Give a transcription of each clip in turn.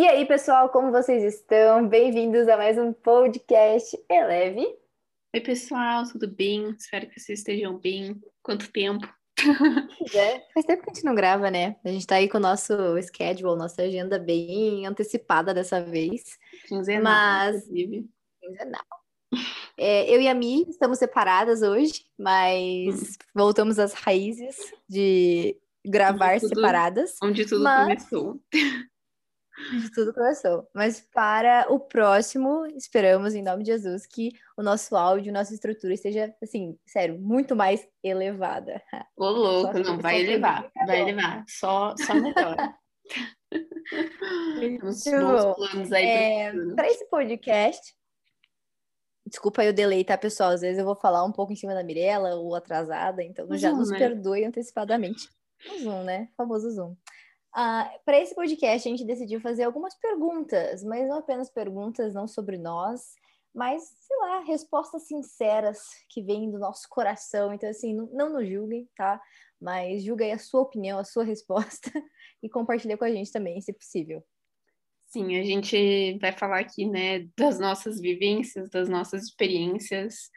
E aí, pessoal, como vocês estão? Bem-vindos a mais um podcast Eleve. Oi, pessoal, tudo bem? Espero que vocês estejam bem. Quanto tempo? Pois é, faz tempo que a gente não grava, né? A gente tá aí com o nosso schedule, nossa agenda bem antecipada dessa vez. Quinzenal, Mas, inclusive. quinzenal. Eu e a Mi estamos separadas hoje, Hum. mas voltamos às raízes de Onde gravar tudo, separadas. onde tudo Mas começou. de tudo começou. Mas para o próximo, esperamos, em nome de Jesus, que o nosso áudio, nossa estrutura esteja, assim, sério, muito mais elevada. Ô, Só, louco, não, vai só por mim elevar, tá vai bom. elevar. Só melhora. Muito Temos bons bom. planos aí para o futuro. Para esse podcast, desculpa aí o delay, tá, pessoal? Às vezes eu vou falar um pouco em cima da Mirella ou atrasada, então O já Zoom, nos né? perdoe antecipadamente. O Zoom, né? O famoso Zoom. Para esse podcast, a gente decidiu fazer algumas perguntas, mas não apenas perguntas, não sobre nós, mas, sei lá, respostas sinceras que vêm do nosso coração. Então, assim, não nos julguem, tá? Mas julguem a sua opinião, a sua resposta e compartilhe com a gente também, se possível. Sim, a gente vai falar aqui, né, das nossas vivências, das nossas experiências.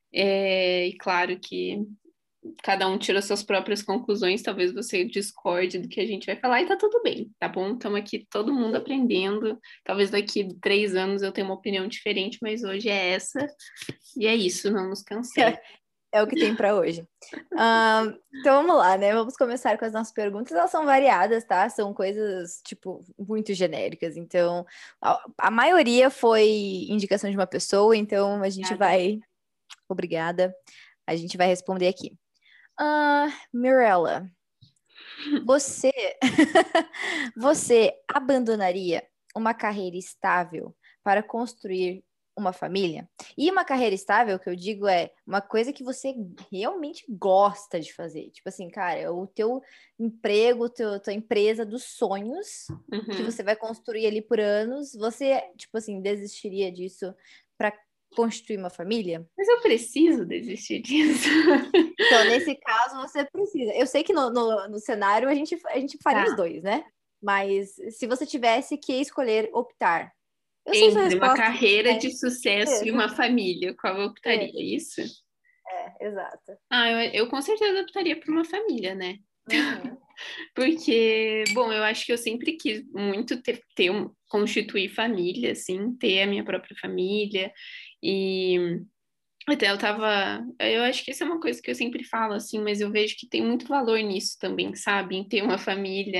E claro que cada um tira suas próprias conclusões, talvez você discorde do que a gente vai falar e tá tudo bem, tá bom? Estamos aqui todo mundo aprendendo. Talvez daqui 3 anos eu tenha uma opinião diferente, mas hoje é essa. E é isso, não nos cansei. É o que tem para hoje. Então vamos lá, né? Vamos começar com as nossas perguntas. Elas são variadas, tá? São coisas, tipo, muito genéricas. Então, a maioria foi indicação de uma pessoa, então a gente Obrigada. vai. Obrigada. A gente vai responder aqui. Mirella, você, você abandonaria uma carreira estável para construir uma família? E uma carreira estável, que eu digo, é uma coisa que você realmente gosta de fazer. Tipo assim, cara, é o teu emprego, tua empresa dos sonhos que Uhum. você vai construir ali por anos. Você, tipo assim, desistiria disso para constituir uma família? Mas eu preciso desistir disso. Então, nesse caso, você precisa. Eu sei que no cenário a gente faria os Tá. dois, né? Mas se você tivesse que escolher optar. Eu sei sua Entre uma resposta, carreira mas. de sucesso e uma família, qual eu optaria? É, Isso? exato. Eu com certeza optaria por uma família, né? Uhum. Porque, bom, eu acho que eu sempre quis muito constituir família, assim, ter a minha própria família. E até eu acho que isso é uma coisa que eu sempre falo, assim, mas eu vejo que tem muito valor nisso também, sabe? Em ter uma família,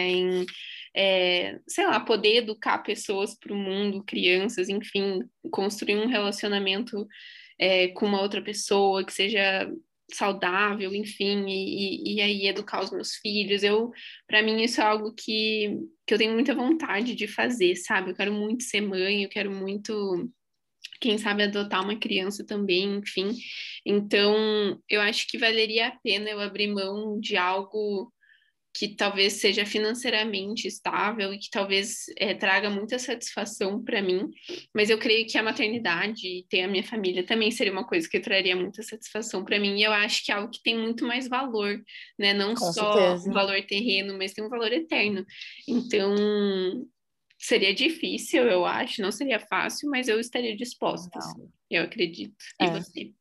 sei lá, poder educar pessoas para o mundo, crianças, enfim, construir um relacionamento, com uma outra pessoa que seja saudável, enfim, e aí educar os meus filhos. Para mim, isso é algo que eu tenho muita vontade de fazer, sabe? Eu quero muito ser mãe, eu quero muito, quem sabe, adotar uma criança também, enfim. Então, eu acho que valeria a pena eu abrir mão de algo que talvez seja financeiramente estável e que talvez traga muita satisfação para mim, mas eu creio que a maternidade e ter a minha família também seria uma coisa que traria muita satisfação para mim, e eu acho que é algo que tem muito mais valor, né? Não Com só um certeza. valor terreno, mas tem um valor eterno. Então, seria difícil, eu acho, não seria fácil, mas eu estaria disposta, Não. assim, eu acredito. E É. você?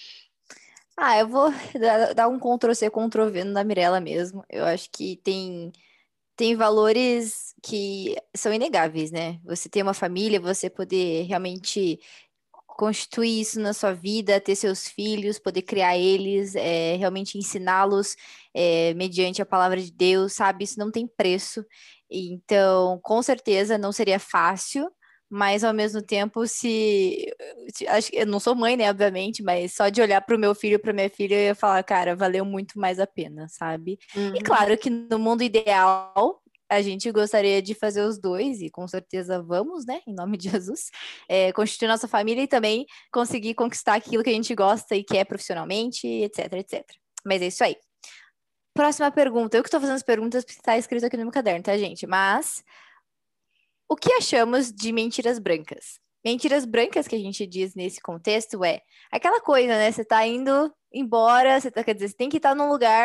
Eu vou dar um Ctrl+C, Ctrl+V na Mirella mesmo. Eu acho que tem valores que são inegáveis, né? Você ter uma família, você poder realmente constituir isso na sua vida, ter seus filhos, poder criar eles, realmente ensiná-los, mediante a palavra de Deus, sabe? Isso não tem preço. Então, com certeza não seria fácil, mas ao mesmo tempo, acho que eu não sou mãe, né, obviamente, mas só de olhar para o meu filho, para minha filha, eu ia falar, cara, valeu muito mais a pena, sabe? E Uhum. claro que no mundo ideal a gente gostaria de fazer os dois, e com certeza vamos, né? Em nome de Jesus, constituir nossa família e também conseguir conquistar aquilo que a gente gosta e quer profissionalmente, etc, etc. Mas é isso aí. Próxima pergunta. Eu que estou fazendo as perguntas porque está escrito aqui no meu caderno, tá, gente? Mas o que achamos de mentiras brancas? Mentiras brancas que a gente diz nesse contexto é aquela coisa, né? Você tá indo embora, quer dizer, você tem que estar num lugar,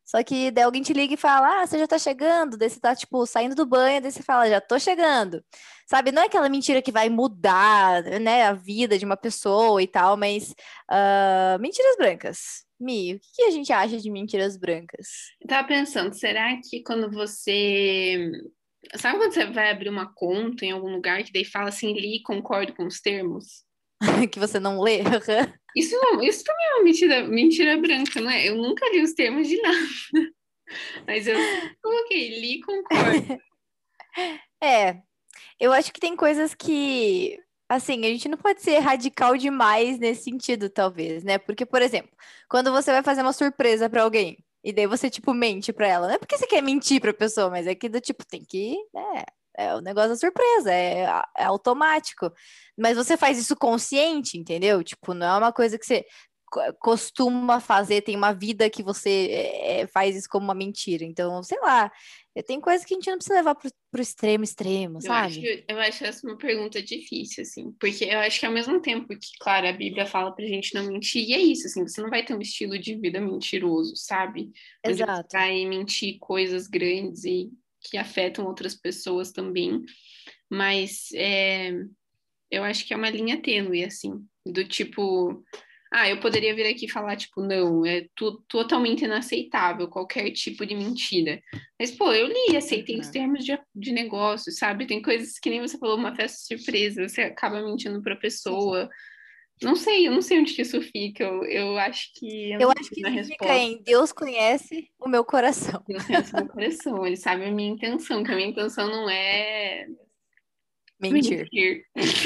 Só que daí alguém te liga e fala, você já tá chegando, daí você tá, tipo, saindo do banho, daí você fala, já tô chegando. Sabe, não é aquela mentira que vai mudar, né, a vida de uma pessoa e tal, mas mentiras brancas. Mi, o que que a gente acha de mentiras brancas? Eu tava pensando, será que quando você. Sabe quando você vai abrir uma conta em algum lugar que daí fala assim, li e concordo com os termos? Que você não lê? Isso também é uma mentira branca, não é? Eu nunca li os termos de nada, mas eu sempre coloquei, li e concordo. É, eu acho que tem coisas que, assim, a gente não pode ser radical demais nesse sentido, talvez, né? Porque, por exemplo, quando você vai fazer uma surpresa pra alguém, e daí você, tipo, mente pra ela, não é porque você quer mentir pra pessoa, mas é que do tipo, tem que, né? É o negócio da surpresa, é automático. Mas você faz isso consciente, entendeu? Tipo, não é uma coisa que você costuma fazer, tem uma vida que você faz isso como uma mentira. Então, sei lá, tem coisas que a gente não precisa levar pro extremo, extremo, Eu acho, sabe? eu acho essa uma pergunta difícil, assim, porque eu acho que ao mesmo tempo que, claro, a Bíblia fala pra gente não mentir, e é isso, assim, você não vai ter um estilo de vida mentiroso, sabe? Onde você Exato. vai mentir coisas grandes e que afetam outras pessoas também, mas eu acho que é uma linha tênue, assim, do tipo, eu poderia vir aqui e falar, tipo, não, é totalmente inaceitável qualquer tipo de mentira. Mas, pô, eu li, aceitei os Uhum. termos de negócio, sabe? Tem coisas que nem você falou, uma festa surpresa, você acaba mentindo pra Sim. pessoa. Eu não sei onde que isso fica, eu acho que eu Eu não acho sei que na fica resposta. em Deus conhece o meu coração. Deus conhece meu coração, ele sabe a minha intenção, que a minha intenção não é Mentir. mentir.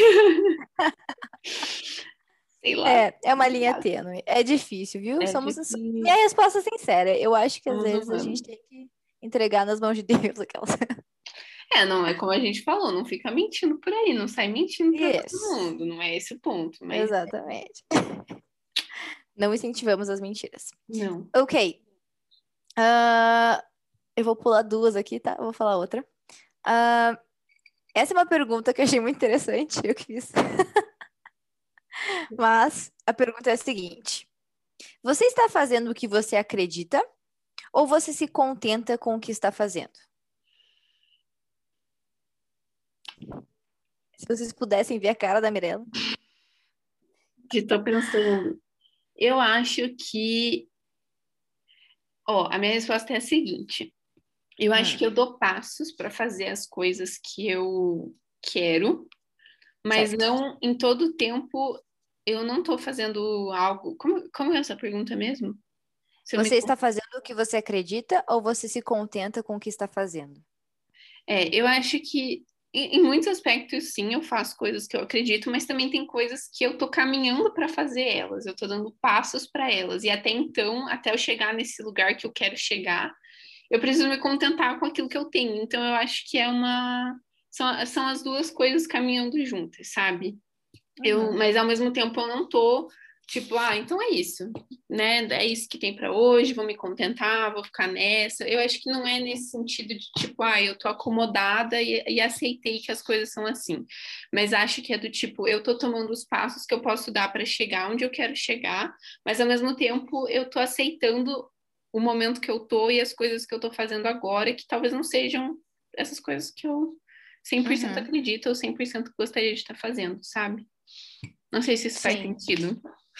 Sei lá, É uma linha tênue. É difícil, viu? é Somos. Minha difícil. resposta é sincera. Eu acho que às Somos vezes a gente humanos. tem que entregar nas mãos de Deus aquelas. Não, é como a gente falou, não fica mentindo por aí, não sai mentindo pra todo Isso. mundo, não é esse o ponto, mas Exatamente. Não incentivamos as mentiras. não. Ok. Ah, eu vou pular duas aqui, tá? Eu vou falar outra. Ah, essa é uma pergunta que eu achei muito interessante, eu que fiz. Mas a pergunta é a seguinte: você está fazendo o que você acredita ou você se contenta com o que está fazendo? Se vocês pudessem ver a cara da Mirella. Estou pensando, eu acho que, a minha resposta é a seguinte: eu acho que Hum, eu dou passos para fazer as coisas que eu quero, mas certo. não em todo o tempo eu não estou fazendo algo. Como é essa pergunta mesmo? Se eu me Você está fazendo o que você acredita ou você se contenta com o que está fazendo? Eu acho que em muitos aspectos, sim, eu faço coisas que eu acredito, mas também tem coisas que eu tô caminhando para fazer elas, eu tô dando passos para elas, e até então, até eu chegar nesse lugar que eu quero chegar, eu preciso me contentar com aquilo que eu tenho. Então, eu acho que é uma. São as duas coisas caminhando juntas, sabe? Uhum, Mas ao mesmo tempo eu não tô tipo, então é isso, né? É isso que tem para hoje, vou me contentar, vou ficar nessa. Eu acho que não é nesse sentido de tipo, eu tô acomodada e aceitei que as coisas são assim. Mas acho que é do tipo, eu tô tomando os passos que eu posso dar para chegar onde eu quero chegar, mas ao mesmo tempo eu tô aceitando o momento que eu tô e as coisas que eu tô fazendo agora, que talvez não sejam essas coisas que eu 100% uhum. acredito ou 100% gostaria de estar fazendo, sabe? Não sei se isso faz Sim. sentido.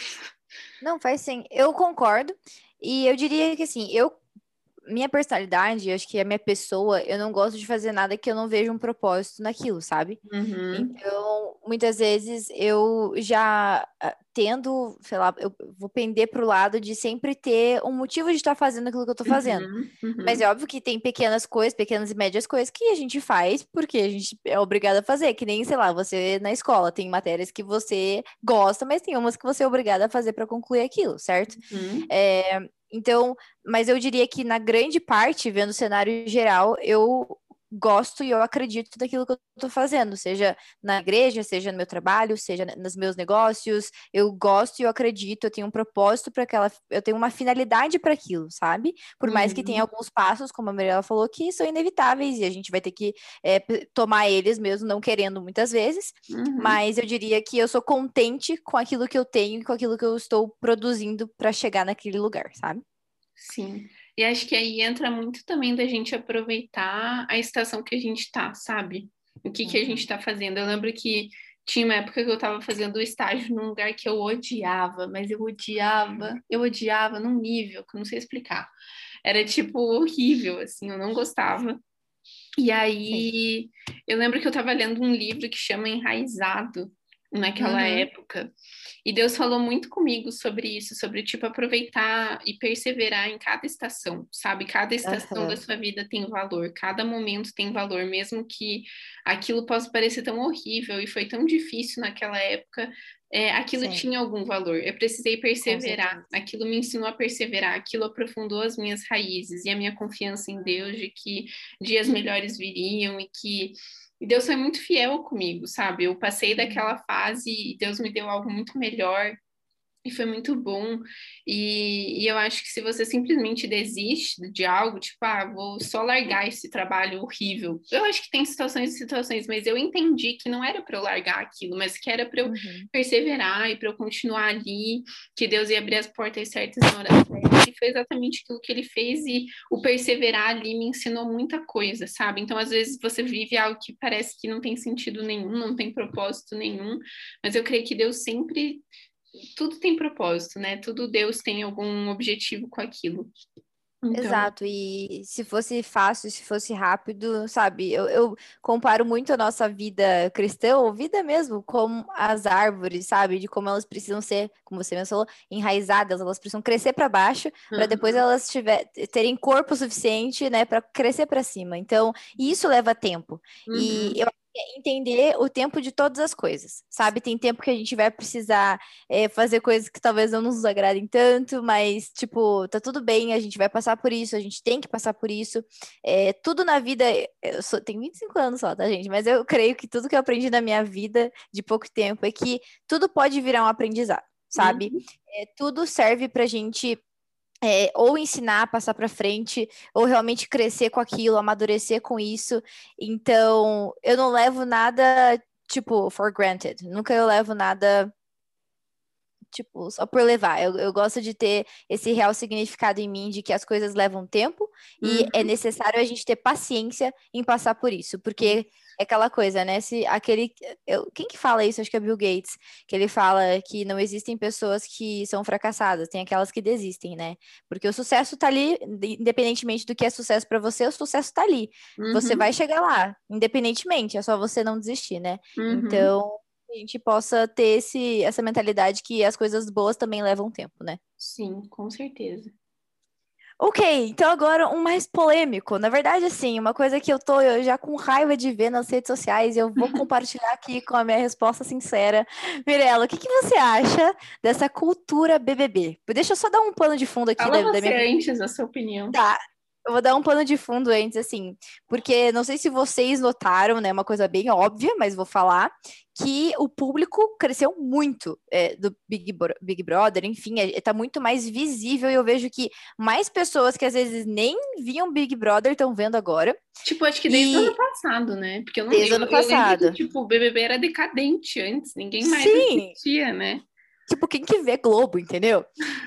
Não, faz sim. Eu concordo. E eu diria que assim, minha personalidade, acho que a minha pessoa, eu não gosto de fazer nada que eu não veja um propósito naquilo, sabe? Uhum, Então, muitas vezes eu já tendo, sei lá, eu vou pender pro lado de sempre ter um motivo de estar fazendo aquilo que eu tô fazendo. uhum, Mas uhum, é óbvio que tem pequenas coisas, pequenas e médias coisas que a gente faz porque a gente é obrigada a fazer. Que nem, sei lá, você na escola tem matérias que você gosta, mas tem umas que você é obrigada a fazer para concluir aquilo, certo? uhum. Então, mas eu diria que na grande parte, vendo o cenário geral, eu gosto e eu acredito daquilo que eu estou fazendo, seja na igreja, seja no meu trabalho, seja nos meus negócios. Eu gosto e eu acredito, eu tenho um propósito para aquela, eu tenho uma finalidade para aquilo, sabe? Por mais que tenha Uhum, alguns passos, como a Mariela falou, que são inevitáveis e a gente vai ter que tomar eles mesmo, não querendo muitas vezes. uhum. Mas eu diria que eu sou contente com aquilo que eu tenho e com aquilo que eu estou produzindo para chegar naquele lugar, sabe? Sim. E acho que aí entra muito também da gente aproveitar a estação que a gente tá, sabe? O que que a gente Uhum. tá fazendo. Eu lembro que tinha uma época que eu tava fazendo estágio num lugar que eu odiava, mas eu odiava num nível que eu não sei explicar. Era tipo horrível, assim, eu não gostava. E Sim. aí eu lembro que eu estava lendo um livro que chama Enraizado naquela Uhum. época. E Deus falou muito comigo sobre isso, sobre tipo aproveitar e perseverar em cada estação, sabe? Cada estação da Aham. sua vida tem valor, cada momento tem valor, mesmo que aquilo possa parecer tão horrível e foi tão difícil naquela época, aquilo Sim, tinha algum valor. Eu precisei com perseverar, certeza. aquilo me ensinou a perseverar, aquilo aprofundou as minhas raízes e a minha confiança em Deus de que dias melhores viriam e que Deus foi muito fiel comigo, sabe? Eu passei daquela Uhum. fase e Deus me deu algo muito melhor. E foi muito bom. E eu acho que se você simplesmente desiste de algo, tipo, vou só largar esse trabalho horrível. Eu acho que tem situações e situações, mas eu entendi que não era para eu largar aquilo, mas que era para eu Uhum. perseverar e para eu continuar ali, que Deus ia abrir as portas certas na hora certa. E foi exatamente aquilo que ele fez, e o perseverar ali me ensinou muita coisa, sabe? Então, às vezes, você vive algo que parece que não tem sentido nenhum, não tem propósito nenhum, mas eu creio que Deus sempre tudo tem propósito, né? Tudo Deus tem algum objetivo com aquilo. Então, Exato, e se fosse fácil, se fosse rápido, sabe? Eu comparo muito a nossa vida cristã, ou vida mesmo, com as árvores, sabe? De como elas precisam ser, como você mesmo falou, enraizadas, elas precisam crescer para baixo, para depois uhum, elas terem corpo suficiente, né, para crescer para cima. Então, isso leva tempo. E uhum, eu acho que é entender o tempo de todas as coisas, sabe? Tem tempo que a gente vai precisar fazer coisas que talvez não nos agradem tanto, mas, tipo, tá tudo bem, a gente vai passar por isso, a gente tem que passar por isso. Tudo na vida, tenho 25 anos só, tá, gente? Mas eu creio que tudo que eu aprendi na minha vida de pouco tempo é que tudo pode virar um aprendizado, sabe? uhum. Tudo serve pra gente. Ou ensinar, passar para frente, ou realmente crescer com aquilo, amadurecer com isso. Então, eu não levo nada, tipo, for granted. Nunca eu levo nada tipo, só por levar. Eu gosto de ter esse real significado em mim de que as coisas levam tempo e é Uhum. necessário a gente ter paciência em passar por isso, porque é aquela coisa, né? Se aquele, quem que fala isso? Acho que é Bill Gates, que ele fala que não existem pessoas que são fracassadas, tem aquelas que desistem, né? Porque o sucesso tá ali, independentemente do que é sucesso para você, o sucesso tá ali. Você Uhum. vai chegar lá, independentemente, é só você não desistir, né? Uhum. Então, a gente possa ter essa mentalidade que as coisas boas também levam tempo, né? Sim, com certeza. Ok, então agora um mais polêmico. Na verdade, assim, uma coisa que eu já com raiva de ver nas redes sociais, e eu vou compartilhar aqui com a minha resposta sincera. Mirella, o que que você acha dessa cultura BBB? Deixa eu só dar um pano de fundo aqui Fala da você minha. antes a sua opinião. Tá, eu vou dar um pano de fundo antes, assim, porque não sei se vocês notaram, né, uma coisa bem óbvia, mas vou falar, que o público cresceu muito do Big Brother, enfim, tá muito mais visível e eu vejo que mais pessoas que às vezes nem viam Big Brother estão vendo agora. Tipo, acho que desde o ano E passado, né? Porque desde o ano eu lembro que, passado. tipo, o BBB era decadente antes, ninguém mais Sim, assistia, né? tipo, quem que vê Globo, entendeu?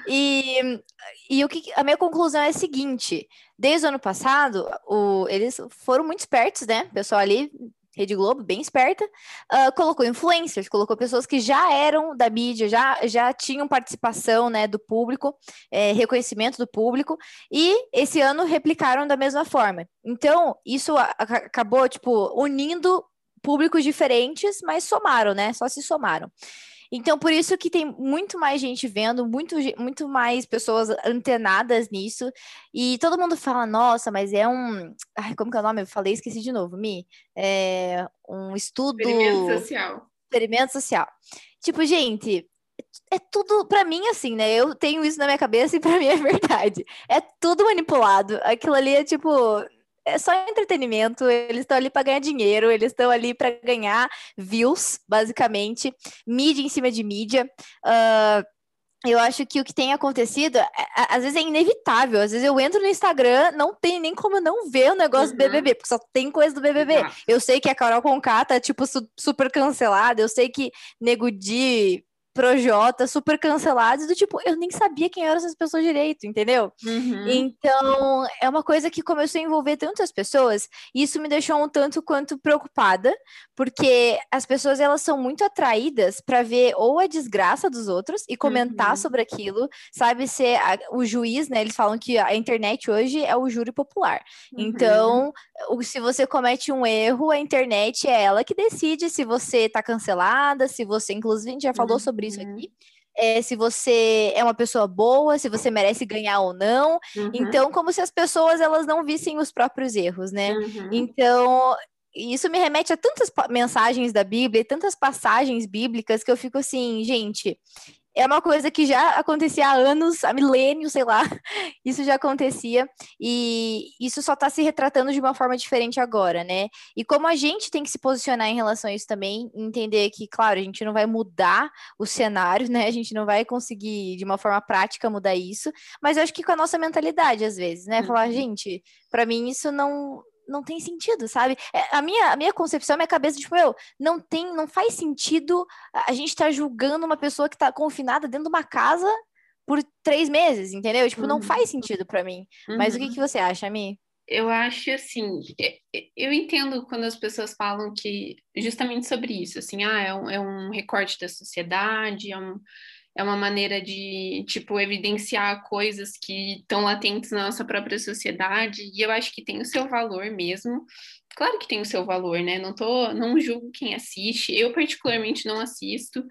E, e a minha conclusão é a seguinte: desde o ano passado, eles foram muito espertos, né? O pessoal ali, Rede Globo, bem esperta, colocou influencers, colocou pessoas que já eram da mídia, já tinham participação, né, do público, reconhecimento do público, e esse ano replicaram da mesma forma. Então, isso acabou, tipo, unindo públicos diferentes, mas somaram, né? Só se somaram. Então, por isso que tem muito mais gente vendo, muito mais pessoas antenadas nisso. E todo mundo fala, nossa, mas é um. Ai, como que é o nome? Eu falei, esqueci de novo, Mi. É um Experimento estudo, social. experimento social. Tipo, gente, é tudo, pra mim, assim, né? Eu tenho isso na minha cabeça e pra mim é verdade. É tudo manipulado. Aquilo ali é tipo. É só entretenimento, eles estão ali para ganhar dinheiro, eles estão ali para ganhar views, basicamente, mídia em cima de mídia. Uh, eu acho que o que tem acontecido, às vezes é inevitável. Às vezes eu entro no Instagram, não tem nem como eu não ver o negócio do Uhum. BBB, porque só tem coisa do BBB. Exato. Eu sei que a Carol Conká tá, tipo, super cancelada. Eu sei que Nego Di projota, super cancelados, do tipo, eu nem sabia quem eram essas pessoas direito, entendeu? Uhum, Então, é uma coisa que começou a envolver tantas pessoas, e isso me deixou um tanto quanto preocupada, porque as pessoas, elas são muito atraídas para ver ou a desgraça dos outros e comentar uhum, sobre aquilo, sabe, ser o juiz, né? Eles falam que a internet hoje é o júri popular. uhum, Então, se você comete um erro, a internet é ela que decide se você tá cancelada, se você, inclusive, a gente já falou sobre isso uhum, aqui, se você é uma pessoa boa, se você merece ganhar ou não. uhum, Então, como se as pessoas elas não vissem os próprios erros, né? uhum. Então, isso me remete a tantas mensagens da Bíblia, e tantas passagens bíblicas que eu fico assim, gente, é uma coisa que já acontecia há anos, há milênios, sei lá. Isso já acontecia e isso só está se retratando de uma forma diferente agora, né? E como a gente tem que se posicionar em relação a isso também, entender que, claro, a gente não vai mudar o cenário, né? A gente não vai conseguir de uma forma prática mudar isso, mas eu acho que com a nossa mentalidade às vezes, né? Falar, Uhum. gente, para mim isso não tem sentido, sabe? A minha concepção, a minha cabeça, tipo, não faz sentido a gente tá julgando uma pessoa que tá confinada dentro de uma casa por 3 meses, entendeu? Tipo, não Uhum, faz sentido pra mim. Mas o que que uhum. você acha, Mi? Eu acho assim, eu entendo quando as pessoas falam que justamente sobre isso, assim, é um recorte da sociedade, é uma maneira de, tipo, evidenciar coisas que estão latentes na nossa própria sociedade, e eu acho que tem o seu valor mesmo. Claro que tem o seu valor, né? Não julgo quem assiste. Eu particularmente não assisto,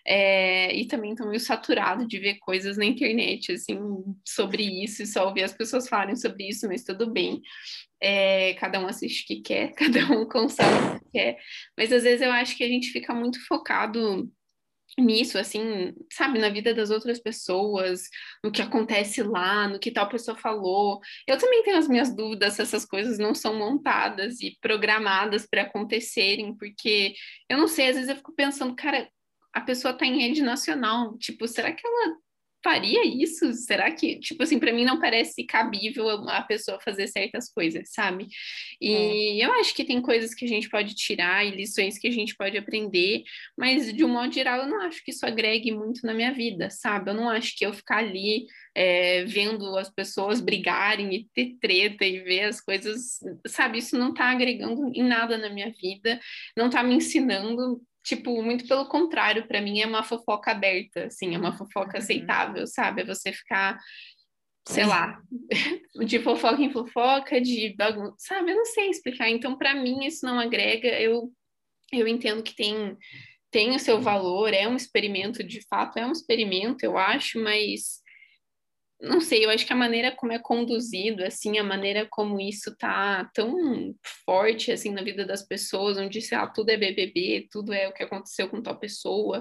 e também estou meio saturado de ver coisas na internet, assim, sobre isso, e só ouvir as pessoas falarem sobre isso, mas tudo bem. Cada um assiste o que quer, cada um consome o que quer. Mas às vezes eu acho que a gente fica muito focado nisso, assim, sabe, na vida das outras pessoas, no que acontece lá, no que tal pessoa falou. Eu também tenho as minhas dúvidas se essas coisas não são montadas e programadas para acontecerem, porque eu não sei, às vezes eu fico pensando, cara, a pessoa tá em rede nacional, tipo, será que ela faria isso? Será que, tipo assim, para mim não parece cabível a pessoa fazer certas coisas, sabe? É. E eu acho que tem coisas que a gente pode tirar e lições que a gente pode aprender, mas de um modo geral eu não acho que isso agregue muito na minha vida, sabe? Eu não acho que eu ficar ali vendo as pessoas brigarem e ter treta e ver as coisas, sabe? Isso não tá agregando em nada na minha vida, não tá me ensinando. Tipo, muito pelo contrário, para mim é uma fofoca aberta, assim, é uma fofoca Uhum. aceitável, sabe? É você ficar, sei Sim. lá, de fofoca em fofoca, de bagunça, sabe? Eu não sei explicar. Então, para mim, isso não agrega. Eu entendo que tem o seu valor, é um experimento, de fato, é um experimento, eu acho, mas não sei, eu acho que a maneira como é conduzido, assim, a maneira como isso tá tão forte, assim, na vida das pessoas, onde, sei lá, tudo é BBB, tudo é o que aconteceu com tal pessoa,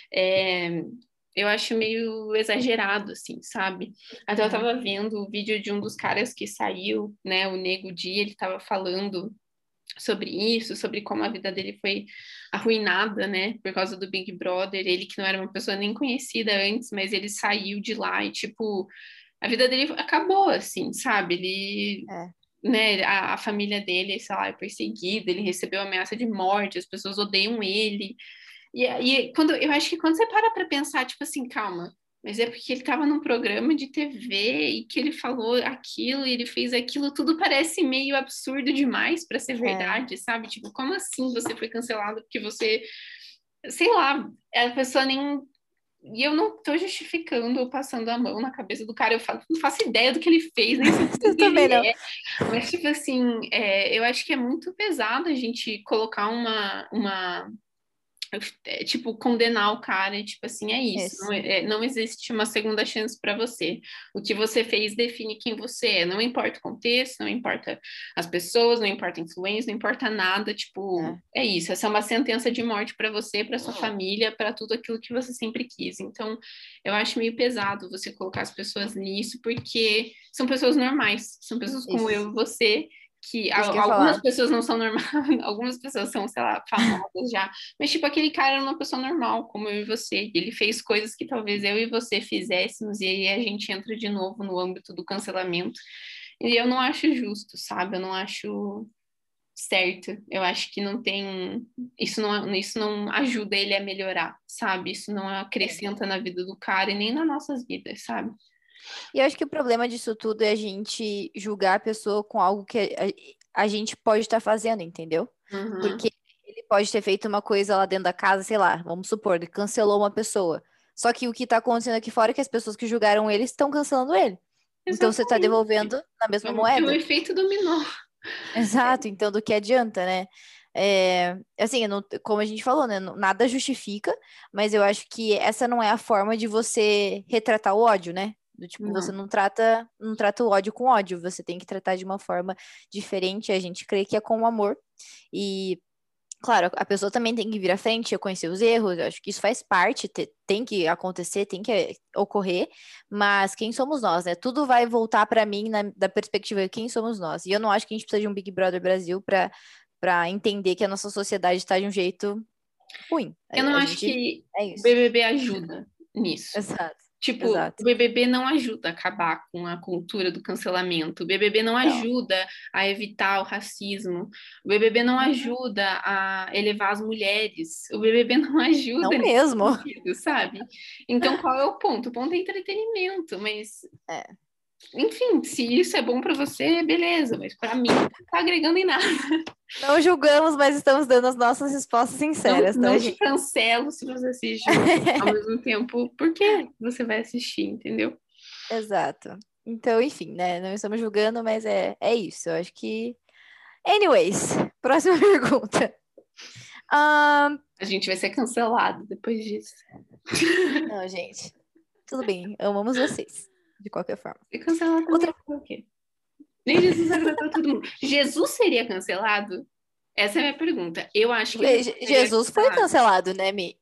é, eu acho meio exagerado, assim, sabe? Até eu Uhum. tava vendo o vídeo de um dos caras que saiu, né, o Nego Di, ele tava falando sobre isso, sobre como a vida dele foi arruinada, né, por causa do Big Brother, ele que não era uma pessoa nem conhecida antes, mas ele saiu de lá e, tipo, a vida dele acabou, assim, sabe? Ele, É. né, a família dele, sei lá, é perseguida, ele recebeu ameaça de morte, as pessoas odeiam ele, e quando eu acho que quando você para pensar, tipo assim, calma, mas é porque ele estava num programa de TV e que ele falou aquilo e ele fez aquilo, tudo parece meio absurdo demais para ser É. verdade, sabe? Tipo, como assim você foi cancelado porque você, sei lá, a pessoa nem. E eu não tô justificando ou passando a mão na cabeça do cara, não faço ideia do que ele fez, nem sei Eu quem também ele não. é. Mas, tipo assim, eu acho que é muito pesado a gente colocar tipo, condenar o cara, e, tipo assim, é isso. Não, Isso. não existe uma segunda chance para você. O que você fez define quem você é. Não importa o contexto, não importa as pessoas, não importa a influência, não importa nada. Tipo, É. é isso. Essa é uma sentença de morte para você, para sua família, para tudo aquilo que você sempre quis. Então, eu acho meio pesado você colocar as pessoas nisso, porque são pessoas normais, são pessoas como Isso. eu e você. Que Isso que eu ia algumas falar. pessoas não são normais, algumas pessoas são, sei lá, famosas já, mas, tipo, aquele cara era uma pessoa normal, como eu e você. E ele fez coisas que talvez eu e você fizéssemos, e aí a gente entra de novo no âmbito do cancelamento. E eu não acho justo, sabe? Eu não acho. certo. Eu acho que não tem. Isso não ajuda ele a melhorar, sabe? Isso não acrescenta na vida do cara e nem nas nossas vidas, sabe? E eu acho que o problema disso tudo é a gente julgar a pessoa com algo que a gente pode estar fazendo, entendeu? Uhum. Porque ele pode ter feito uma coisa lá dentro da casa, sei lá, vamos supor, ele cancelou uma pessoa. Só que o que tá acontecendo aqui fora é que as pessoas que julgaram ele estão cancelando ele. Então você tá Exatamente. devolvendo na mesma É o moeda. efeito dominó. Exato, então do que adianta, né? É, assim, como a gente falou, né? Nada justifica, mas eu acho que essa não é a forma de você retratar o ódio, né? Do tipo, você Não. não trata o ódio com ódio, você tem que tratar de uma forma diferente, a gente crê que é com amor. E, claro, a pessoa também tem que vir à frente, reconhecer os erros, eu acho que isso faz parte, tem que acontecer, tem que ocorrer, mas quem somos nós, né? Tudo vai voltar para mim da perspectiva de quem somos nós. E eu não acho que a gente precisa de um Big Brother Brasil para entender que a nossa sociedade está de um jeito ruim. Eu não A acho gente. que É o isso. BBB ajuda nisso. Exato. Tipo, o Exato. BBB não ajuda a acabar com a cultura do cancelamento. O BBB não Não. ajuda a evitar o racismo. O BBB não Uhum. ajuda a elevar as mulheres. O BBB não ajuda Não nesse mesmo. sentido, sabe? Então, qual é o ponto? O ponto é entretenimento, mas É. enfim, se isso é bom pra você, beleza, mas pra mim não tá agregando em nada. Não julgamos, mas estamos dando as nossas respostas Não, sinceras, tá, não te gente? cancelo se você assiste ao mesmo tempo, por que você vai assistir, entendeu? Exato. Então, enfim, né? Não estamos julgando, mas é isso. Eu acho que. Anyways, próxima pergunta. Ahn, A gente vai ser cancelado depois disso. não, gente. Tudo bem. Amamos vocês. De qualquer forma. E cancelar também Outra. é o quê? Nem Jesus agradou todo mundo. Jesus seria cancelado? Essa é a minha pergunta. Eu acho que Jesus seria Jesus foi cancelado. cancelado, né, Mi?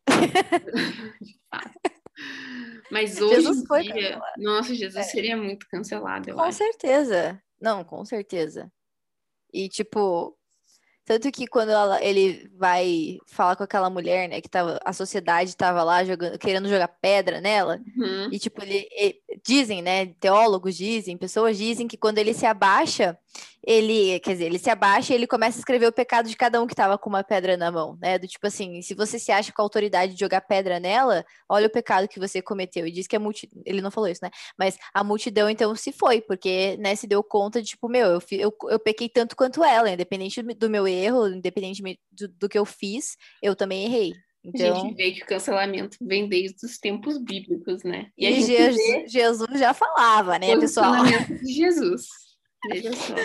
Mas hoje Jesus em foi dia, cancelado. nossa, Jesus É, seria muito cancelado, eu com acho. certeza. Não, com certeza. E, tipo, tanto que quando ele vai falar com aquela mulher, né, que a sociedade tava lá jogando, querendo jogar pedra nela, Uhum. e tipo, dizem, né, teólogos dizem, pessoas dizem que quando ele se abaixa, quer dizer, ele se abaixa e ele começa a escrever o pecado de cada um que tava com uma pedra na mão, né, do tipo assim, se você se acha com a autoridade de jogar pedra nela, olha o pecado que você cometeu, e diz que ele não falou isso, né, mas a multidão então se foi, porque, né, se deu conta de, tipo, meu, eu pequei tanto quanto ela, independente do meu erro, independente do que eu fiz, eu também errei. A gente Então, vê que o cancelamento vem desde os tempos bíblicos, né? E a e gente vê Jesus já falava, o né, pessoal? posicionamento de Jesus. Veja só.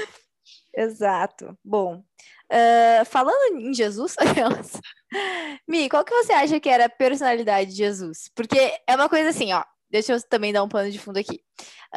Exato. Bom, falando em Jesus, aquelas. Mi, qual que você acha que era a personalidade de Jesus? Porque é uma coisa assim, ó. Deixa eu também dar um pano de fundo aqui.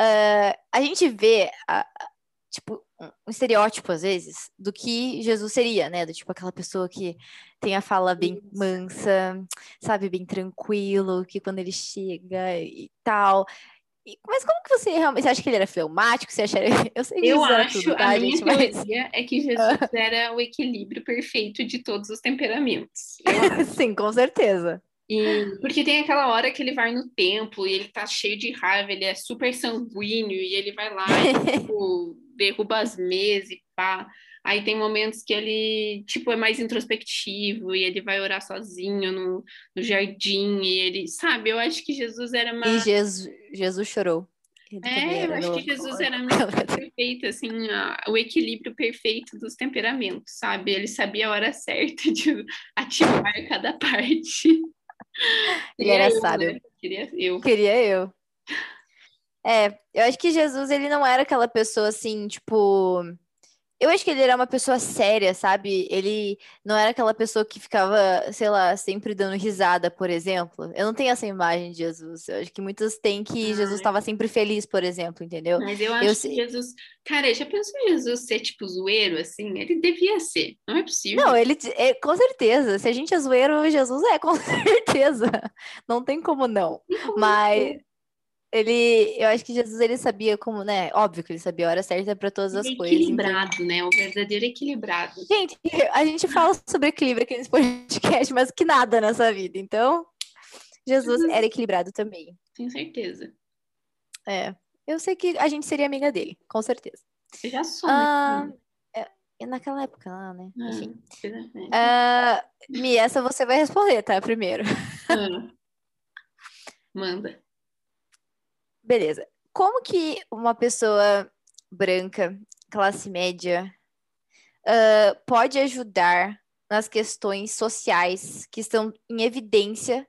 A gente vê, tipo, um estereótipo, às vezes, do que Jesus seria, né? Do tipo, aquela pessoa que tem a fala bem mansa, sabe, bem tranquilo, que quando ele chega e tal. Mas como que você realmente. Você acha que ele era fleumático? Você acha. Eu sei que Eu Jesus era acho, tudo, a tá, minha gente? Mas. teoria é que Jesus era o equilíbrio perfeito de todos os temperamentos. Eu Sim, com certeza. porque tem aquela hora que ele vai no templo e ele tá cheio de raiva, ele é super sanguíneo e ele vai lá e, tipo, derruba as mesas e pá. Aí tem momentos que ele, tipo, é mais introspectivo e ele vai orar sozinho no jardim e ele, sabe? Eu acho que Jesus era E uma. Jesus chorou. Ele também Eu era acho que Jesus era a melancólico. mistura perfeita, assim, o equilíbrio perfeito dos temperamentos, sabe? Ele sabia a hora certa de ativar cada parte. Ele Queria era eu, sábio. né? Queria eu. Queria eu. Eu acho que Jesus, ele não era aquela pessoa assim, tipo. Eu acho que ele era uma pessoa séria, sabe? Ele não era aquela pessoa que ficava, sei lá, sempre dando risada, por exemplo. Eu não tenho essa imagem de Jesus. Eu acho que muitos têm que Jesus Ai, estava sempre feliz, por exemplo, entendeu? mas eu Eu acho que sei. Jesus. Cara, já pensou em Jesus ser, tipo, zoeiro, assim? Ele devia ser. Não é Não, possível. com certeza. Se a gente é zoeiro, Jesus é, com certeza. Não tem como não. E como não Mas ser? eu acho que Jesus ele sabia como, né? Óbvio que ele sabia a hora certa para todas Ele as é coisas. Então, equilibrado, né? O verdadeiro equilibrado. gente, a gente fala sobre equilíbrio aqui nesse podcast, mas que nada nessa vida. Então, Jesus era Jesus, equilibrado também. tenho certeza. É, eu sei que a gente seria amiga dele, com certeza. Eu já sou, né? Ah, é. naquela época lá, né? Enfim. Exatamente. Mi, essa você vai responder, tá? Primeiro. Ah, manda. Beleza. Como que uma pessoa branca, classe média, pode ajudar nas questões sociais que estão em evidência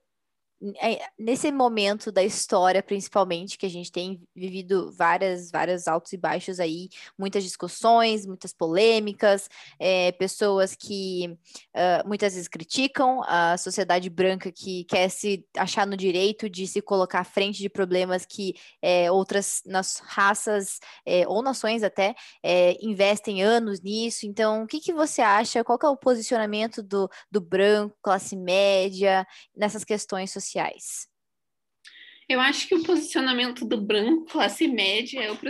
nesse momento da história, principalmente, que a gente tem vivido vários altos e baixos aí, muitas discussões, muitas polêmicas, pessoas que muitas vezes criticam a sociedade branca que quer se achar no direito de se colocar à frente de problemas que outras raças ou nações até investem anos nisso. Então, o que que você acha? Qual que é o posicionamento do branco, classe média? Nessas questões sociais. Eu acho que o posicionamento do branco, classe média, é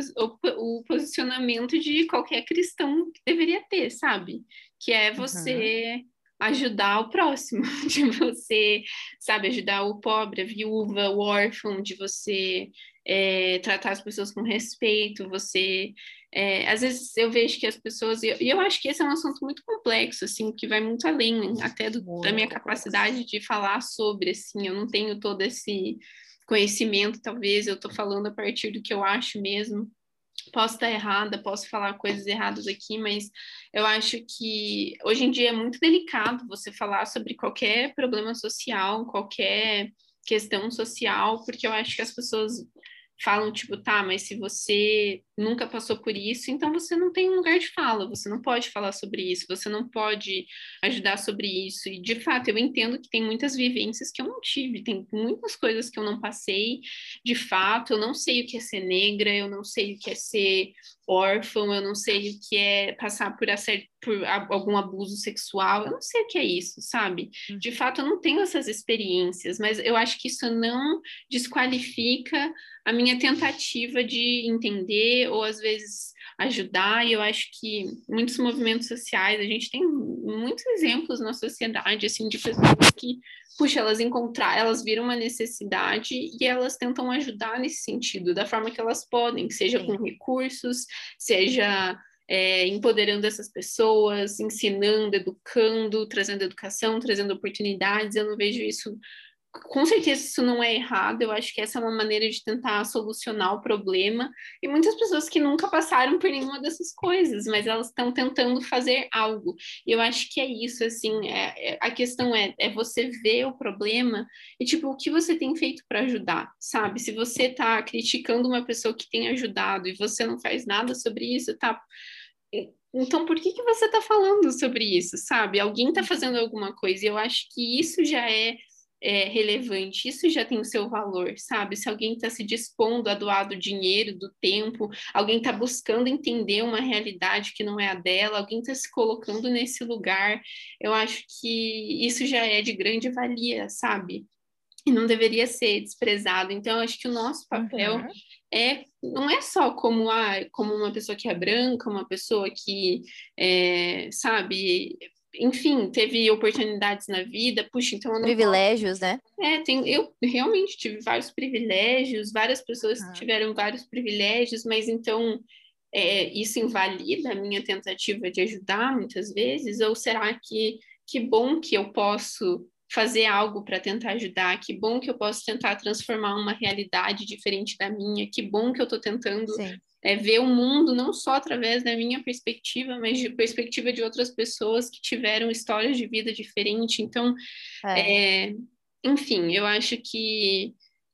o posicionamento de qualquer cristão que deveria ter, sabe? Que é Uhum. você ajudar o próximo, de você, sabe, ajudar o pobre, a viúva, o órfão, de você tratar as pessoas com respeito, você. Às vezes eu vejo que as pessoas, e eu acho que esse é um assunto muito complexo, assim, que vai muito além até da minha Muito complexo. capacidade de falar sobre, assim, eu não tenho todo esse conhecimento, talvez eu estou falando a partir do que eu acho mesmo. Posso estar errada, posso falar coisas erradas aqui, mas eu acho que hoje em dia é muito delicado você falar sobre qualquer problema social, qualquer questão social, porque eu acho que as pessoas falam, tipo, tá, mas se você nunca passou por isso, então você não tem um lugar de fala, você não pode falar sobre isso, você não pode ajudar sobre isso. E, de fato, eu entendo que tem muitas vivências que eu não tive, tem muitas coisas que eu não passei, de fato, eu não sei o que é ser negra, eu não sei o que é ser órfão, eu não sei o que é passar por algum abuso sexual, eu não sei o que é isso, sabe? De fato, eu não tenho essas experiências, mas eu acho que isso não desqualifica a minha tentativa de entender ou às vezes ajudar. E eu acho que muitos movimentos sociais, a gente tem muitos exemplos na sociedade assim de pessoas que, puxa, elas viram uma necessidade e elas tentam ajudar nesse sentido, da forma que elas podem, seja com Sim. recursos, seja empoderando essas pessoas, ensinando, educando, trazendo educação, trazendo oportunidades. Eu não vejo isso, com certeza isso não é errado, eu acho que essa é uma maneira de tentar solucionar o problema, e muitas pessoas que nunca passaram por nenhuma dessas coisas, mas elas estão tentando fazer algo, e eu acho que é isso, assim, a questão é você ver o problema e, tipo, o que você tem feito para ajudar, sabe? Se você tá criticando uma pessoa que tem ajudado e você não faz nada sobre isso, tá? Então, por que que você está falando sobre isso, sabe? Alguém está fazendo alguma coisa, e eu acho que isso já é relevante, isso já tem o seu valor, sabe? Se alguém está se dispondo a doar do dinheiro, do tempo, alguém está buscando entender uma realidade que não é a dela, alguém está se colocando nesse lugar, eu acho que isso já é de grande valia, sabe? E não deveria ser desprezado. Então, eu acho que o nosso papel Uhum. não é só como uma pessoa que é branca, uma pessoa que, sabe, enfim, teve oportunidades na vida, puxa, então eu não posso. Privilégios, né? Eu realmente tive vários privilégios, várias pessoas Uhum. tiveram vários privilégios, mas então isso invalida a minha tentativa de ajudar muitas vezes? Ou será que bom que eu posso fazer algo para tentar ajudar? Que bom que eu posso tentar transformar uma realidade diferente da minha? Que bom que eu estou tentando Sim. ver o mundo não só através da minha perspectiva, mas de perspectiva de outras pessoas que tiveram histórias de vida diferentes. Então, É. é, enfim, eu acho que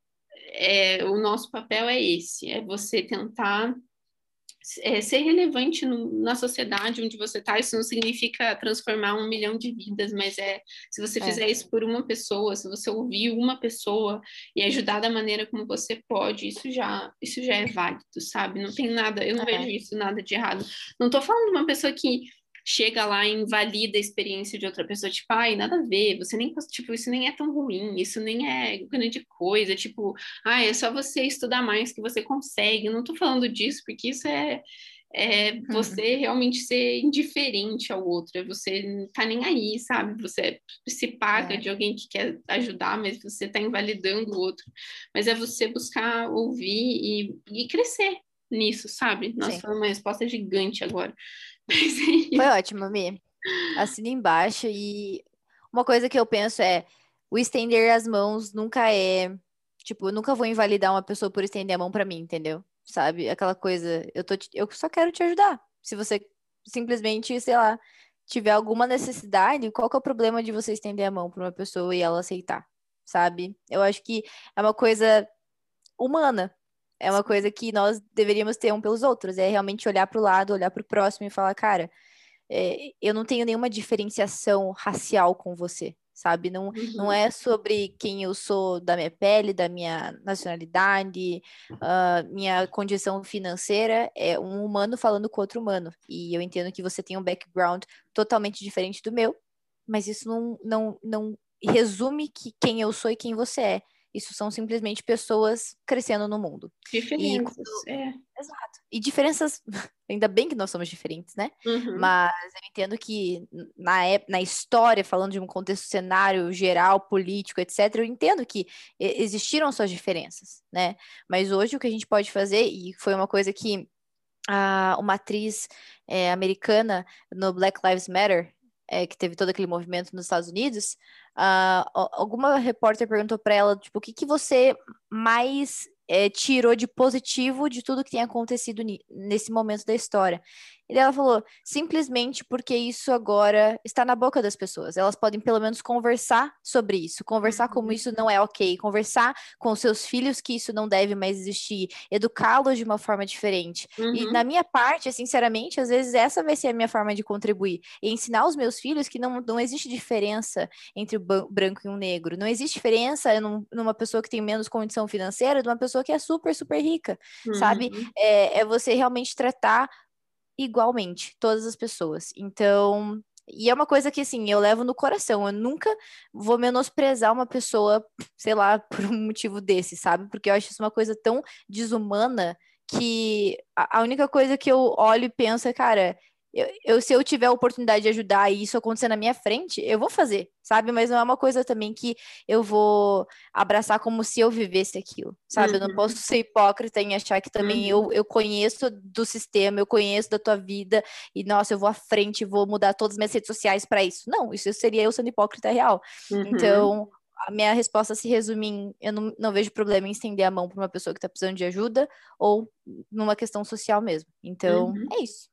o nosso papel é esse, é você tentar ser relevante na sociedade onde você está. Isso não significa transformar 1 milhão de vidas, mas se você É. fizer isso por uma pessoa, se você ouvir uma pessoa e ajudar da maneira como você pode, isso já é válido, sabe? Não tem nada, eu não vejo É. isso nada de errado. Não estou falando de uma pessoa que chega lá e invalida a experiência de outra pessoa, tipo, ai, nada a ver, você nem, tipo, isso nem é tão ruim, isso nem é grande coisa, tipo, é só você estudar mais que você consegue. Eu não tô falando disso, porque isso é Uhum. você realmente ser indiferente ao outro, é você não tá nem aí, sabe? Você se paga É. de alguém que quer ajudar, mas você tá invalidando o outro. Mas é você buscar ouvir e crescer nisso, sabe? Nossa, Sim. foi uma resposta gigante agora. Foi ótimo, Mi. Assina embaixo e uma coisa que eu penso é o estender as mãos nunca é, tipo, eu nunca vou invalidar uma pessoa por estender a mão pra mim, entendeu? Sabe? Aquela coisa, eu só quero te ajudar. Se você simplesmente, sei lá, tiver alguma necessidade, qual que é o problema de você estender a mão pra uma pessoa e ela aceitar? Sabe? Eu acho que é uma coisa humana. É uma coisa que nós deveríamos ter um pelos outros. É realmente olhar pro lado, olhar pro próximo e falar, cara, eu não tenho nenhuma diferenciação racial com você, sabe? Não, não Uhum, é sobre quem eu sou da minha pele, da minha nacionalidade, minha condição financeira. É um humano falando com outro humano. E eu entendo que você tem um background totalmente diferente do meu, mas isso não resume quem eu sou e quem você é. Isso são simplesmente pessoas crescendo no mundo. E diferenças, é. Exato. E diferenças, ainda bem que nós somos diferentes, né? Uhum, Mas eu entendo que na história, falando de um contexto cenário geral, político, etc., eu entendo que existiram suas diferenças, né? Mas hoje o que a gente pode fazer, e foi uma coisa que uma atriz americana no Black Lives Matter, que teve todo aquele movimento nos Estados Unidos, alguma repórter perguntou para ela, tipo, o que que você mais tirou de positivo de tudo que tem acontecido nesse momento da história? E daí ela falou, simplesmente porque isso agora está na boca das pessoas. Elas podem pelo menos conversar sobre isso, conversar como uhum, isso não é ok, conversar com seus filhos que isso não deve mais existir, educá-los de uma forma diferente. E na uhum, minha parte, sinceramente, às vezes essa vai ser a minha forma de contribuir. E ensinar os meus filhos que não existe diferença entre o branco e um negro. Não existe diferença numa pessoa que tem menos condição financeira de uma pessoa que é super, super rica, sabe? uhum. É você realmente tratar igualmente todas as pessoas. Então. E é uma coisa que, assim, eu levo no coração. Eu nunca vou menosprezar uma pessoa, sei lá, por um motivo desse, sabe? Porque eu acho isso uma coisa tão desumana que a única coisa que eu olho e penso é, cara, se eu tiver a oportunidade de ajudar e isso acontecer na minha frente, eu vou fazer, sabe? Mas não é uma coisa também que eu vou abraçar como se eu vivesse aquilo, sabe? Eu não posso Uhum, ser hipócrita em achar que também uhum, eu conheço do sistema, eu conheço da tua vida e, nossa, eu vou à frente, vou mudar todas as minhas redes sociais para isso. Não, isso seria eu sendo hipócrita real. uhum, Então, a minha resposta se resume em eu não vejo problema em estender a mão para uma pessoa que está precisando de ajuda ou numa questão social mesmo. Então, uhum. é isso.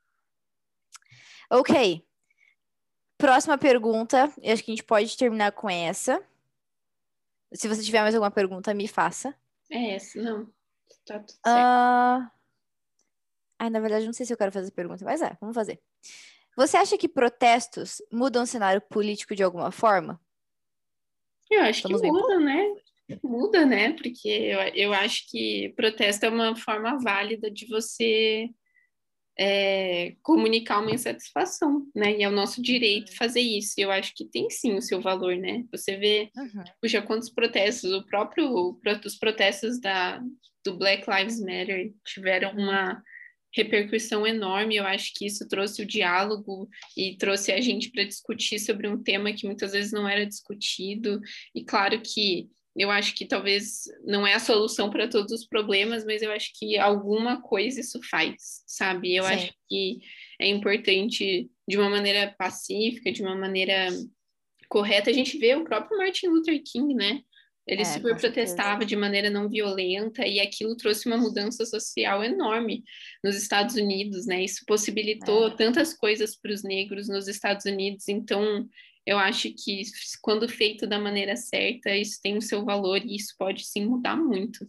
Ok. Próxima pergunta. Eu acho que a gente pode terminar com essa. Se você tiver mais alguma pergunta, me faça. É essa, não. Tá tudo certo. Ah, na verdade, não sei se eu quero fazer essa pergunta, mas vamos fazer. Você acha que protestos mudam o cenário político de alguma forma? Eu acho que Estamos bem muda, polêmicos. né? Muda, né? Porque eu acho que protesto é uma forma válida de você comunicar uma insatisfação, né? E é o nosso direito fazer isso. E eu acho que tem sim o seu valor, né? Você vê, Uhum, tipo, já quantos protestos, os protestos do Black Lives Matter tiveram uma repercussão enorme. Eu acho que isso trouxe o diálogo e trouxe a gente para discutir sobre um tema que muitas vezes não era discutido. E claro que eu acho que talvez não é a solução para todos os problemas, mas eu acho que alguma coisa isso faz, sabe? Eu acho sim, que é importante de uma maneira pacífica, de uma maneira correta. A gente vê o próprio Martin Luther King, né? Ele super com certeza. protestava de maneira não violenta e aquilo trouxe uma mudança social enorme nos Estados Unidos, né? Isso possibilitou É. tantas coisas para os negros nos Estados Unidos. Então, eu acho que quando feito da maneira certa, isso tem o seu valor e isso pode sim mudar muito.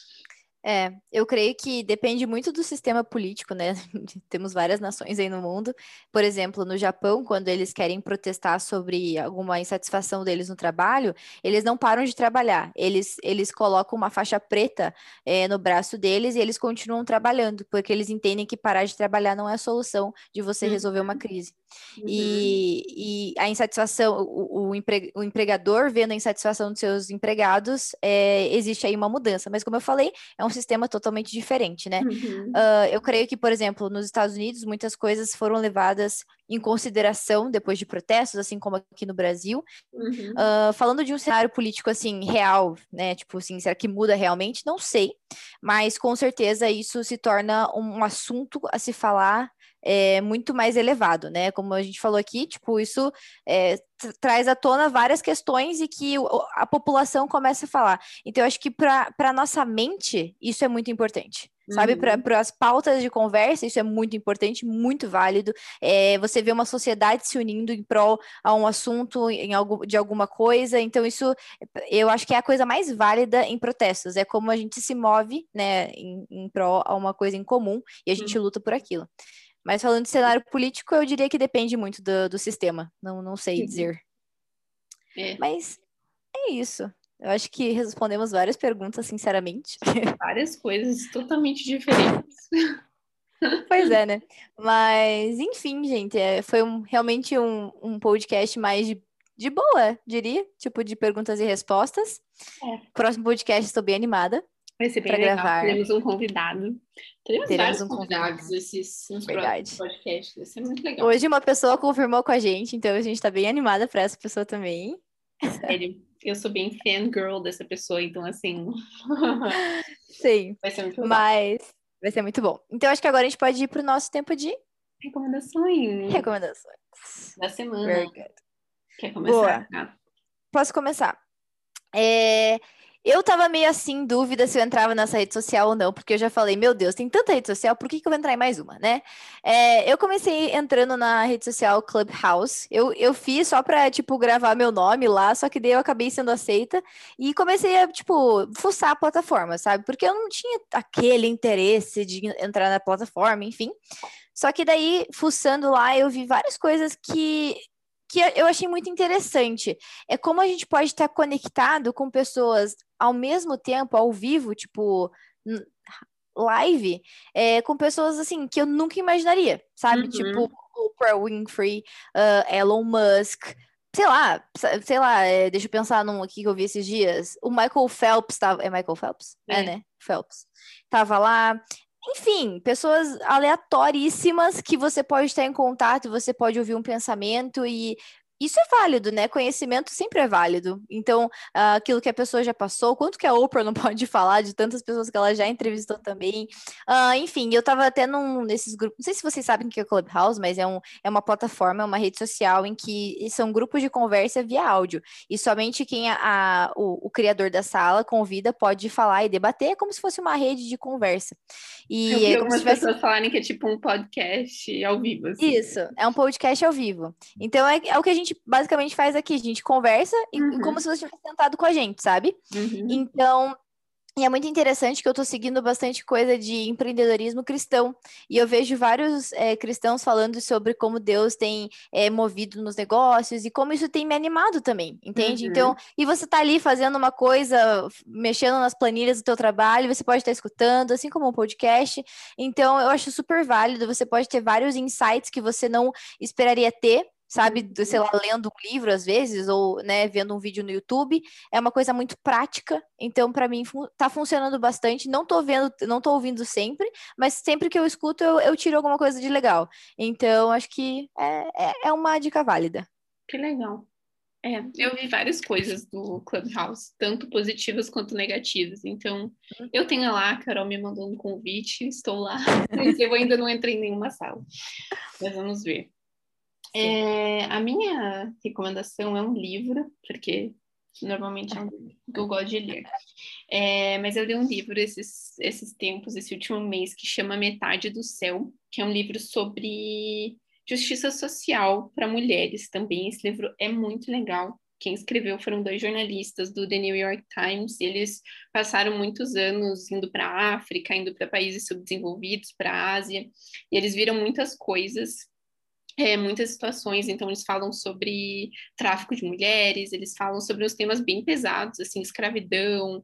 Eu creio que depende muito do sistema político, né? Temos várias nações aí no mundo. Por exemplo, no Japão, quando eles querem protestar sobre alguma insatisfação deles no trabalho, eles não param de trabalhar. Eles colocam uma faixa preta, no braço deles e eles continuam trabalhando, porque eles entendem que parar de trabalhar não é a solução de você resolver uma Uhum, crise. uhum, E a insatisfação, o empregador vendo a insatisfação dos seus empregados, existe aí uma mudança. Mas como eu falei, é um sistema totalmente diferente, né? uhum, Eu creio que, por exemplo, nos Estados Unidos, muitas coisas foram levadas em consideração depois de protestos, assim como aqui no Brasil. uhum, Falando de um cenário político assim real, né? Tipo assim, será que muda realmente? Não sei, mas com certeza isso se torna um assunto a se falar muito mais elevado, né? Como a gente falou aqui, tipo, isso traz à tona várias questões e que a população começa a falar. Então, eu acho que para nossa mente, isso é muito importante. Sabe, para as pautas de conversa, isso é muito importante, muito válido. Você vê uma sociedade se unindo em prol a um assunto, de alguma coisa. Então, isso eu acho que é a coisa mais válida em protestos. É como a gente se move, né, em prol a uma coisa em comum e a gente luta por aquilo. Mas falando de cenário político, eu diria que depende muito do sistema. Não sei dizer. É. Mas é isso. Eu acho que respondemos várias perguntas, sinceramente. Várias coisas totalmente diferentes. Pois é, né? Mas, enfim, gente, foi realmente um podcast mais de boa, diria. Tipo, de perguntas e respostas. Próximo podcast, estou bem animada Vai ser bem para legal. gravar. Teremos um convidado. Teremos Teremos vários um convidados convidado. nos próximos Verdade. podcasts. Vai ser muito legal. Hoje uma pessoa confirmou com a gente, então a gente está bem animada para essa pessoa também. Sério, eu sou bem fangirl dessa pessoa, então assim. Sim. Vai ser muito legal. Mas vai ser muito bom. Então acho que agora a gente pode ir para o nosso tempo de recomendações da semana. Very good. Quer começar? Boa. Posso começar? Eu tava meio assim, em dúvida se eu entrava nessa rede social ou não, porque eu já falei, meu Deus, tem tanta rede social, por que eu vou entrar em mais uma, né? Eu comecei entrando na rede social Clubhouse. Eu fiz só pra, tipo, gravar meu nome lá, só que daí eu acabei sendo aceita e comecei a, tipo, fuçar a plataforma, sabe? Porque eu não tinha aquele interesse de entrar na plataforma, enfim. Só que daí, fuçando lá, eu vi várias coisas que eu achei muito interessante. É como a gente pode estar conectado com pessoas ao mesmo tempo, ao vivo, tipo, live, com pessoas assim que eu nunca imaginaria, sabe? Tipo, Oprah Winfrey, Elon Musk, sei lá, deixa eu pensar num aqui que eu vi esses dias. O Michael Phelps tava. É Michael Phelps? Né? Phelps. Tava lá. Enfim, pessoas aleatoríssimas que você pode estar em contato, você pode ouvir um pensamento e isso é válido, né? Conhecimento sempre é válido. Então, aquilo que a pessoa já passou, quanto que a Oprah não pode falar de tantas pessoas que ela já entrevistou também. Enfim, eu tava até nesses grupos, não sei se vocês sabem o que é Clubhouse, mas é uma plataforma, é uma rede social em que são grupos de conversa via áudio. E somente quem o criador da sala convida pode falar e debater, é como se fosse uma rede de conversa. Eu E vi é como se algumas tivesse. pessoas falarem que é tipo um podcast ao vivo, assim. Isso, é um podcast ao vivo. Então é o que a gente basicamente faz aqui. A gente conversa e como se você estivesse sentado com a gente, sabe? Então, e é muito interessante que eu tô seguindo bastante coisa de empreendedorismo cristão. E eu vejo vários cristãos falando sobre como Deus tem movido nos negócios e como isso tem me animado também, entende? Então, e você tá ali fazendo uma coisa, mexendo nas planilhas do teu trabalho, você pode estar escutando, assim como um podcast. Então, eu acho super válido. Você pode ter vários insights que você não esperaria ter, sabe, sei lá, lendo um livro às vezes, ou, né, vendo um vídeo no YouTube, é uma coisa muito prática, então para mim tá funcionando bastante, não tô ouvindo sempre, mas sempre que eu escuto eu tiro alguma coisa de legal, então acho que é uma dica válida. Que legal. Eu vi várias coisas do Clubhouse, tanto positivas quanto negativas. Então, eu tenho lá, a Carol me mandou um convite, estou lá, mas eu ainda não entrei em nenhuma sala. Mas vamos ver. A minha recomendação é um livro, porque normalmente é um livro que eu gosto de ler. Mas eu li um livro esses tempos, esse último mês, que chama Metade do Céu, que é um livro sobre justiça social para mulheres também. Esse livro é muito legal. Quem escreveu foram 2 jornalistas do The New York Times. Eles passaram muitos anos indo para a África, indo para países subdesenvolvidos, para a Ásia, e eles viram muitas coisas, muitas situações. Então eles falam sobre tráfico de mulheres, eles falam sobre uns temas bem pesados, assim, escravidão,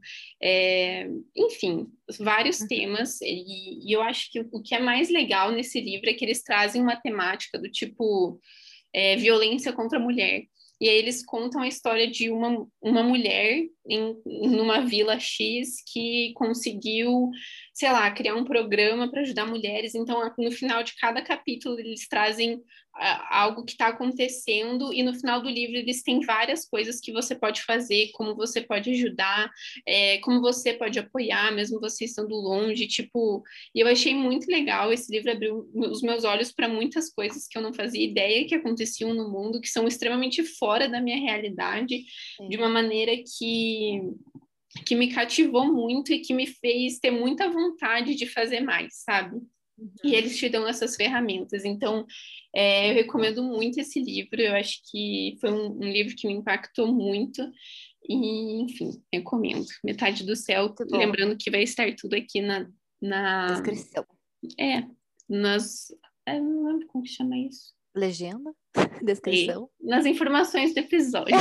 enfim, vários temas, e eu acho que o que é mais legal nesse livro é que eles trazem uma temática do tipo violência contra a mulher, e aí eles contam a história de uma mulher numa vila X que conseguiu, sei lá, criar um programa para ajudar mulheres. Então, no final de cada capítulo, eles trazem algo que está acontecendo, e no final do livro eles têm várias coisas que você pode fazer, como você pode ajudar, como você pode apoiar, mesmo você estando longe, tipo, e eu achei muito legal. Esse livro abriu os meus olhos para muitas coisas que eu não fazia ideia que aconteciam no mundo, que são extremamente fora da minha realidade, de uma maneira que me cativou muito e que me fez ter muita vontade de fazer mais, sabe? E eles te dão essas ferramentas. Então, eu recomendo muito esse livro. Eu acho que foi um livro que me impactou muito. E, enfim, recomendo. Metade do Céu. Muito bom. Lembrando que vai estar tudo aqui na... Descrição. Não lembro como que chama isso. Legenda? Descrição? Nas informações do episódio.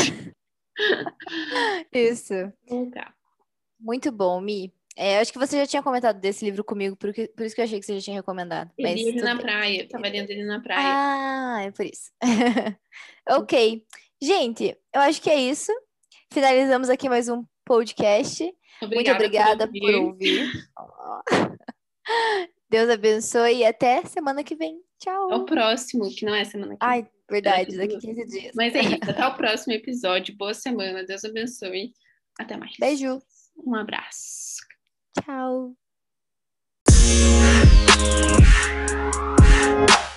Isso. Legal. Muito bom, Mi. Acho que você já tinha comentado desse livro comigo, por isso que eu achei que você já tinha recomendado. Eu li Mas ele tudo na bem. praia. Eu tava lendo ele na praia. Ah, é por isso. Ok. Gente, eu acho que é isso. Finalizamos aqui mais um podcast. Muito obrigada por ouvir. Deus abençoe e até semana que vem. Tchau. Até o próximo, que não é semana que vem. Ai, verdade, daqui 15 dias. Mas é isso, até o próximo episódio. Boa semana, Deus abençoe. Até mais. Beijo. Um abraço. Tchau.